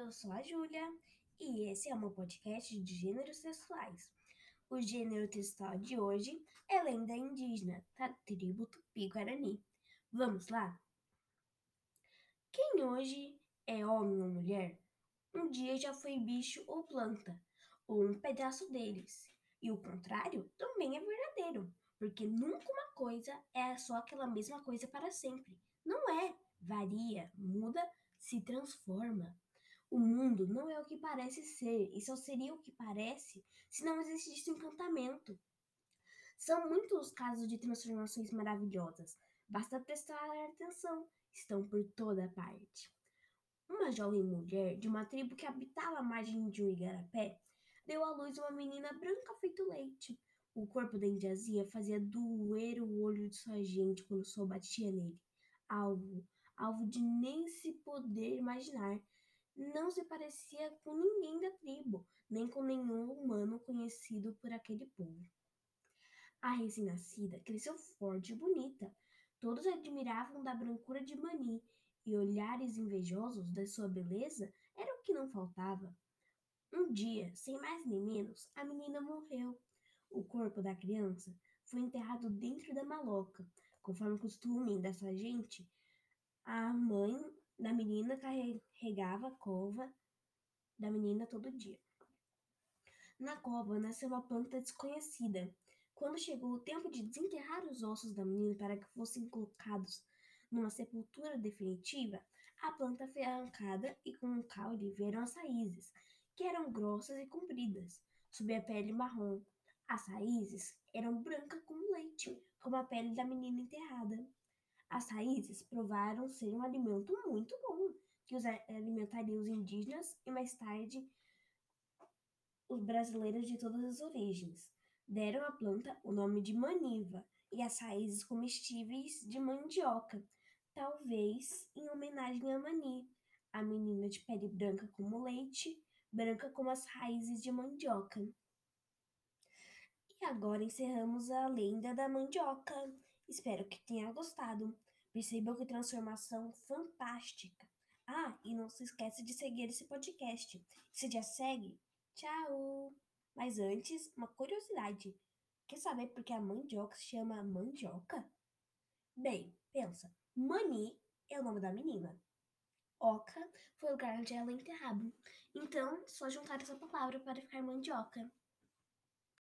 eu sou a Júlia e esse é o meu podcast de gêneros textuais. O gênero textual de hoje é lenda indígena da tribo Tupi-Guarani. Vamos lá? Quem hoje é homem ou mulher, um dia já foi bicho ou planta, ou um pedaço deles. E o contrário também é verdadeiro, porque nunca uma coisa é só aquela mesma coisa para sempre. Não é, varia, muda, se transforma. O mundo não é o que parece ser, e só seria o que parece se não existisse o encantamento. São muitos os casos de transformações maravilhosas. Basta prestar atenção, estão por toda parte. Uma jovem mulher de uma tribo que habitava a margem de um igarapé deu à luz uma menina branca feito leite. O corpo da indiazinha fazia doer o olho de sua gente quando o sol batia nele. Algo, algo de nem se poder imaginar. Não se parecia com ninguém da tribo, nem com nenhum humano conhecido por aquele povo. A recém-nascida cresceu forte e bonita. Todos admiravam da brancura de Mani, e olhares invejosos da sua beleza era o que não faltava. Um dia, sem mais nem menos, a menina morreu. O corpo da criança foi enterrado dentro da maloca. Conforme o costume dessa gente, a mãe da menina carregava a cova da menina todo dia. Na cova nasceu uma planta desconhecida. Quando chegou o tempo de desenterrar os ossos da menina para que fossem colocados numa sepultura definitiva, a planta foi arrancada e com o caule vieram as raízes, que eram grossas e compridas, sob a pele marrom. As raízes eram brancas como leite, como a pele da menina enterrada. As raízes provaram ser um alimento muito bom, que alimentaria os indígenas e mais tarde os brasileiros de todas as origens. Deram à planta o nome de maniva e as raízes comestíveis de mandioca, talvez em homenagem a Mani, a menina de pele branca como leite, branca como as raízes de mandioca. E agora encerramos a lenda da mandioca. Espero que tenha gostado. Percebam que transformação fantástica. Ah, e não se esqueça de seguir esse podcast. Se já segue, tchau! Mas antes, uma curiosidade. Quer saber por que a mandioca se chama mandioca? Bem, pensa. Mani é o nome da menina. Oca foi o lugar onde ela é enterrada. Então, só juntar essa palavra para ficar mandioca.